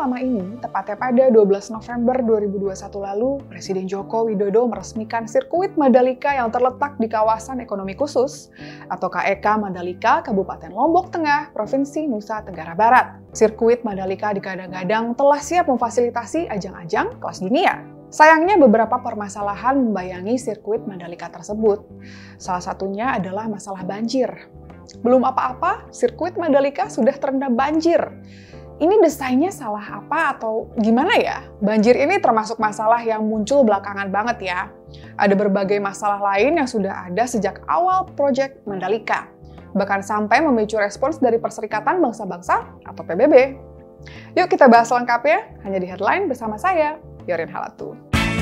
lama ini, tepatnya pada 12 November 2021 lalu, Presiden Joko Widodo meresmikan sirkuit Mandalika yang terletak di kawasan ekonomi khusus atau KEK Mandalika, Kabupaten Lombok Tengah, Provinsi Nusa Tenggara Barat. Sirkuit Mandalika digadang-gadang telah siap memfasilitasi ajang-ajang kelas dunia. Sayangnya beberapa permasalahan membayangi sirkuit Mandalika tersebut. Salah satunya adalah masalah banjir. Belum apa-apa, sirkuit Mandalika sudah terendam banjir. Ini desainnya salah apa atau gimana ya? Banjir ini termasuk masalah yang muncul belakangan banget ya. Ada berbagai masalah lain yang sudah ada sejak awal proyek Mandalika. Bahkan sampai memicu respons dari Perserikatan Bangsa-Bangsa atau PBB. Yuk kita bahas lengkapnya, hanya di Headline bersama saya, Yorin Halatu.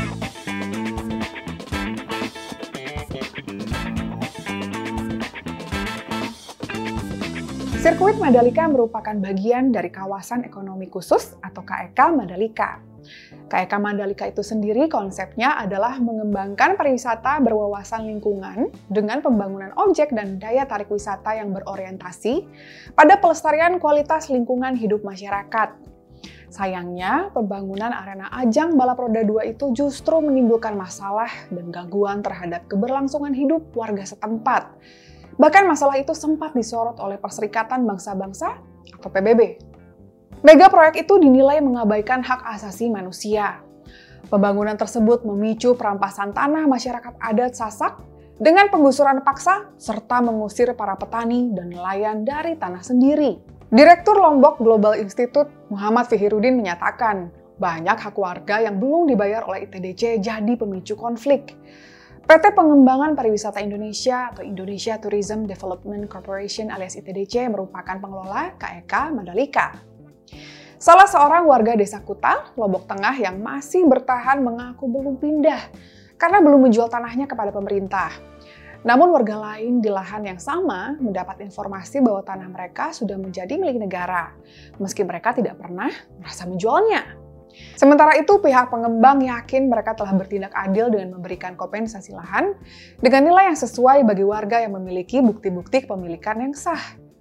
Sirkuit Mandalika merupakan bagian dari kawasan ekonomi khusus atau KEK Mandalika. KEK Mandalika itu sendiri konsepnya adalah mengembangkan pariwisata berwawasan lingkungan dengan pembangunan objek dan daya tarik wisata yang berorientasi pada pelestarian kualitas lingkungan hidup masyarakat. Sayangnya, pembangunan arena ajang balap roda 2 itu justru menimbulkan masalah dan gangguan terhadap keberlangsungan hidup warga setempat. Bahkan masalah itu sempat disorot oleh Perserikatan Bangsa-Bangsa atau PBB. Mega proyek itu dinilai mengabaikan hak asasi manusia. Pembangunan tersebut memicu perampasan tanah masyarakat adat Sasak dengan penggusuran paksa serta mengusir para petani dan nelayan dari tanah sendiri. Direktur Lombok Global Institute Muhammad Fihiruddin menyatakan banyak hak warga yang belum dibayar oleh ITDC jadi pemicu konflik. PT Pengembangan Pariwisata Indonesia atau Indonesia Tourism Development Corporation alias ITDC merupakan pengelola KEK Mandalika. Salah seorang warga Desa Kuta, Lombok Tengah yang masih bertahan mengaku belum pindah karena belum menjual tanahnya kepada pemerintah. Namun warga lain di lahan yang sama mendapat informasi bahwa tanah mereka sudah menjadi milik negara, meski mereka tidak pernah merasa menjualnya. Sementara itu, pihak pengembang yakin mereka telah bertindak adil dengan memberikan kompensasi lahan dengan nilai yang sesuai bagi warga yang memiliki bukti-bukti kepemilikan yang sah.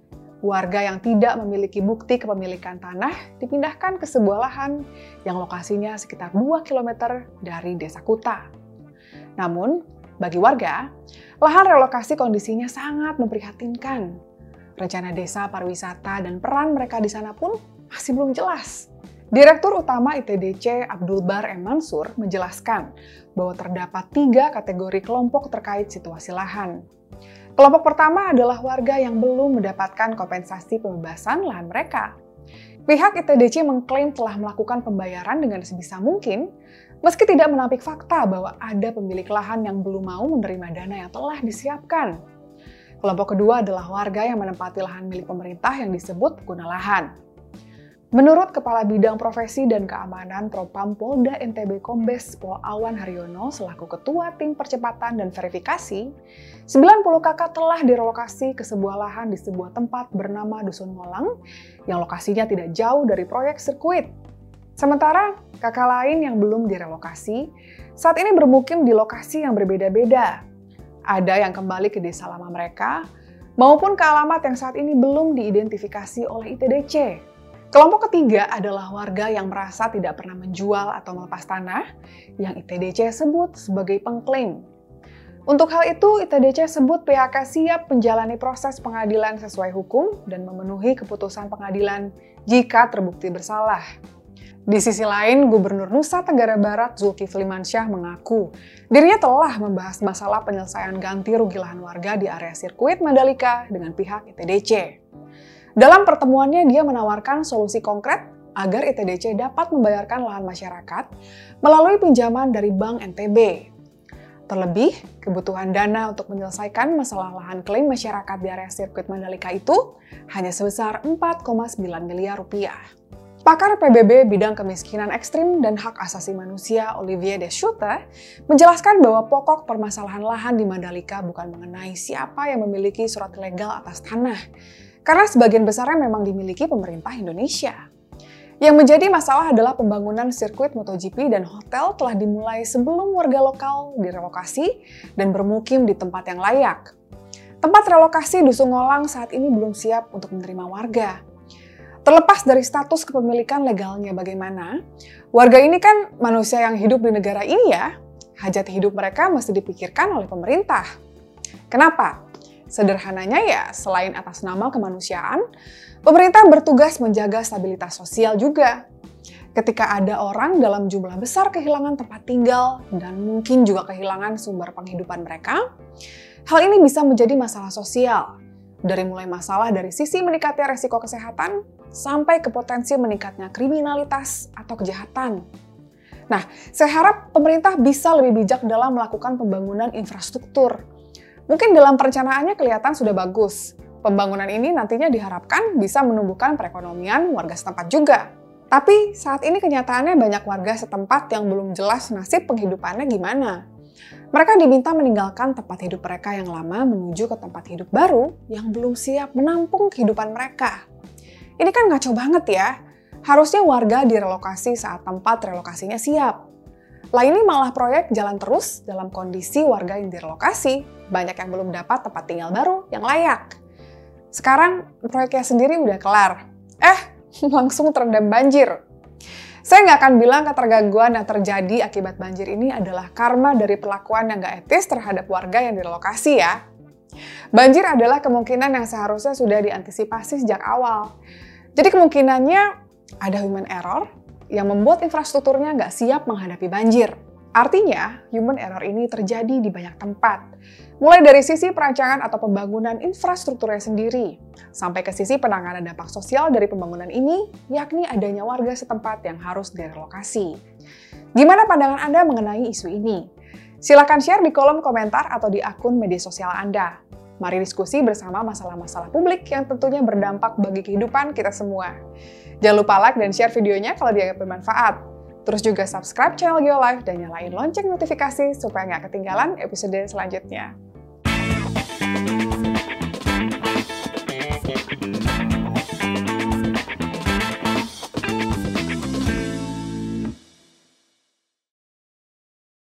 Warga yang tidak memiliki bukti kepemilikan tanah dipindahkan ke sebuah lahan yang lokasinya sekitar 2 km dari Desa Kuta. Namun, bagi warga, lahan relokasi kondisinya sangat memprihatinkan. Rencana desa pariwisata dan peran mereka di sana pun masih belum jelas. Direktur Utama ITDC Abdul Bar M. Mansur menjelaskan bahwa terdapat 3 kategori kelompok terkait situasi lahan. Kelompok pertama adalah warga yang belum mendapatkan kompensasi pembebasan lahan mereka. Pihak ITDC mengklaim telah melakukan pembayaran dengan sebisa mungkin, meski tidak menampik fakta bahwa ada pemilik lahan yang belum mau menerima dana yang telah disiapkan. Kelompok kedua adalah warga yang menempati lahan milik pemerintah yang disebut guna lahan. Menurut Kepala Bidang Profesi dan Keamanan Propam Polda NTB Kombes Pol Awan Haryono selaku Ketua Tim Percepatan dan Verifikasi, 90 KK telah direlokasi ke sebuah lahan di sebuah tempat bernama Dusun Ngolang yang lokasinya tidak jauh dari proyek sirkuit. Sementara KK lain yang belum direlokasi saat ini bermukim di lokasi yang berbeda-beda. Ada yang kembali ke desa lama mereka maupun ke alamat yang saat ini belum diidentifikasi oleh ITDC. Kelompok ketiga adalah warga yang merasa tidak pernah menjual atau melepas tanah yang ITDC sebut sebagai pengklaim. Untuk hal itu, ITDC sebut pihaknya siap menjalani proses pengadilan sesuai hukum dan memenuhi keputusan pengadilan jika terbukti bersalah. Di sisi lain, Gubernur Nusa Tenggara Barat Zulkifli Mansyah mengaku dirinya telah membahas masalah penyelesaian ganti rugi lahan warga di area sirkuit Mandalika dengan pihak ITDC. Dalam pertemuannya, dia menawarkan solusi konkret agar ITDC dapat membayarkan lahan masyarakat melalui pinjaman dari Bank NTB. Terlebih, kebutuhan dana untuk menyelesaikan masalah lahan klaim masyarakat di area sirkuit Mandalika itu hanya sebesar 4,9 miliar rupiah. Pakar PBB bidang kemiskinan ekstrim dan hak asasi manusia Olivier Deschutes menjelaskan bahwa pokok permasalahan lahan di Mandalika bukan mengenai siapa yang memiliki surat legal atas tanah, karena sebagian besarnya memang dimiliki pemerintah Indonesia. Yang menjadi masalah adalah pembangunan sirkuit MotoGP dan hotel telah dimulai sebelum warga lokal direlokasi dan bermukim di tempat yang layak. Tempat relokasi Dusun Ngolang saat ini belum siap untuk menerima warga. Terlepas dari status kepemilikan legalnya bagaimana, warga ini kan manusia yang hidup di negara ini ya, hajat hidup mereka mesti dipikirkan oleh pemerintah. Kenapa? Sederhananya ya, selain atas nama kemanusiaan, pemerintah bertugas menjaga stabilitas sosial juga. Ketika ada orang dalam jumlah besar kehilangan tempat tinggal dan mungkin juga kehilangan sumber penghidupan mereka, hal ini bisa menjadi masalah sosial. Dari mulai masalah dari sisi meningkatnya resiko kesehatan, sampai ke potensi meningkatnya kriminalitas atau kejahatan. Nah, saya harap pemerintah bisa lebih bijak dalam melakukan pembangunan infrastruktur. Mungkin dalam perencanaannya kelihatan sudah bagus. Pembangunan ini nantinya diharapkan bisa menumbuhkan perekonomian warga setempat juga. Tapi saat ini kenyataannya banyak warga setempat yang belum jelas nasib penghidupannya gimana. Mereka diminta meninggalkan tempat hidup mereka yang lama menuju ke tempat hidup baru yang belum siap menampung kehidupan mereka. Ini kan ngaco banget ya. Harusnya warga direlokasi saat tempat relokasinya siap. Lah ini malah proyek jalan terus dalam kondisi warga yang direlokasi, banyak yang belum dapat tempat tinggal baru yang layak. Sekarang proyeknya sendiri udah kelar. Langsung terendam banjir. Saya nggak akan bilang ketergangguan yang terjadi akibat banjir ini adalah karma dari perlakuan yang nggak etis terhadap warga yang direlokasi ya. Banjir adalah kemungkinan yang seharusnya sudah diantisipasi sejak awal. Jadi kemungkinannya ada human error yang membuat infrastrukturnya nggak siap menghadapi banjir. Artinya, human error ini terjadi di banyak tempat. Mulai dari sisi perancangan atau pembangunan infrastrukturnya sendiri, sampai ke sisi penanganan dampak sosial dari pembangunan ini, yakni adanya warga setempat yang harus direlokasi. Gimana pandangan Anda mengenai isu ini? Silakan share di kolom komentar atau di akun media sosial Anda. Mari diskusi bersama masalah-masalah publik yang tentunya berdampak bagi kehidupan kita semua. Jangan lupa like dan share videonya kalau dianggap bermanfaat. Terus juga subscribe channel Geolife dan nyalain lonceng notifikasi supaya nggak ketinggalan episode selanjutnya.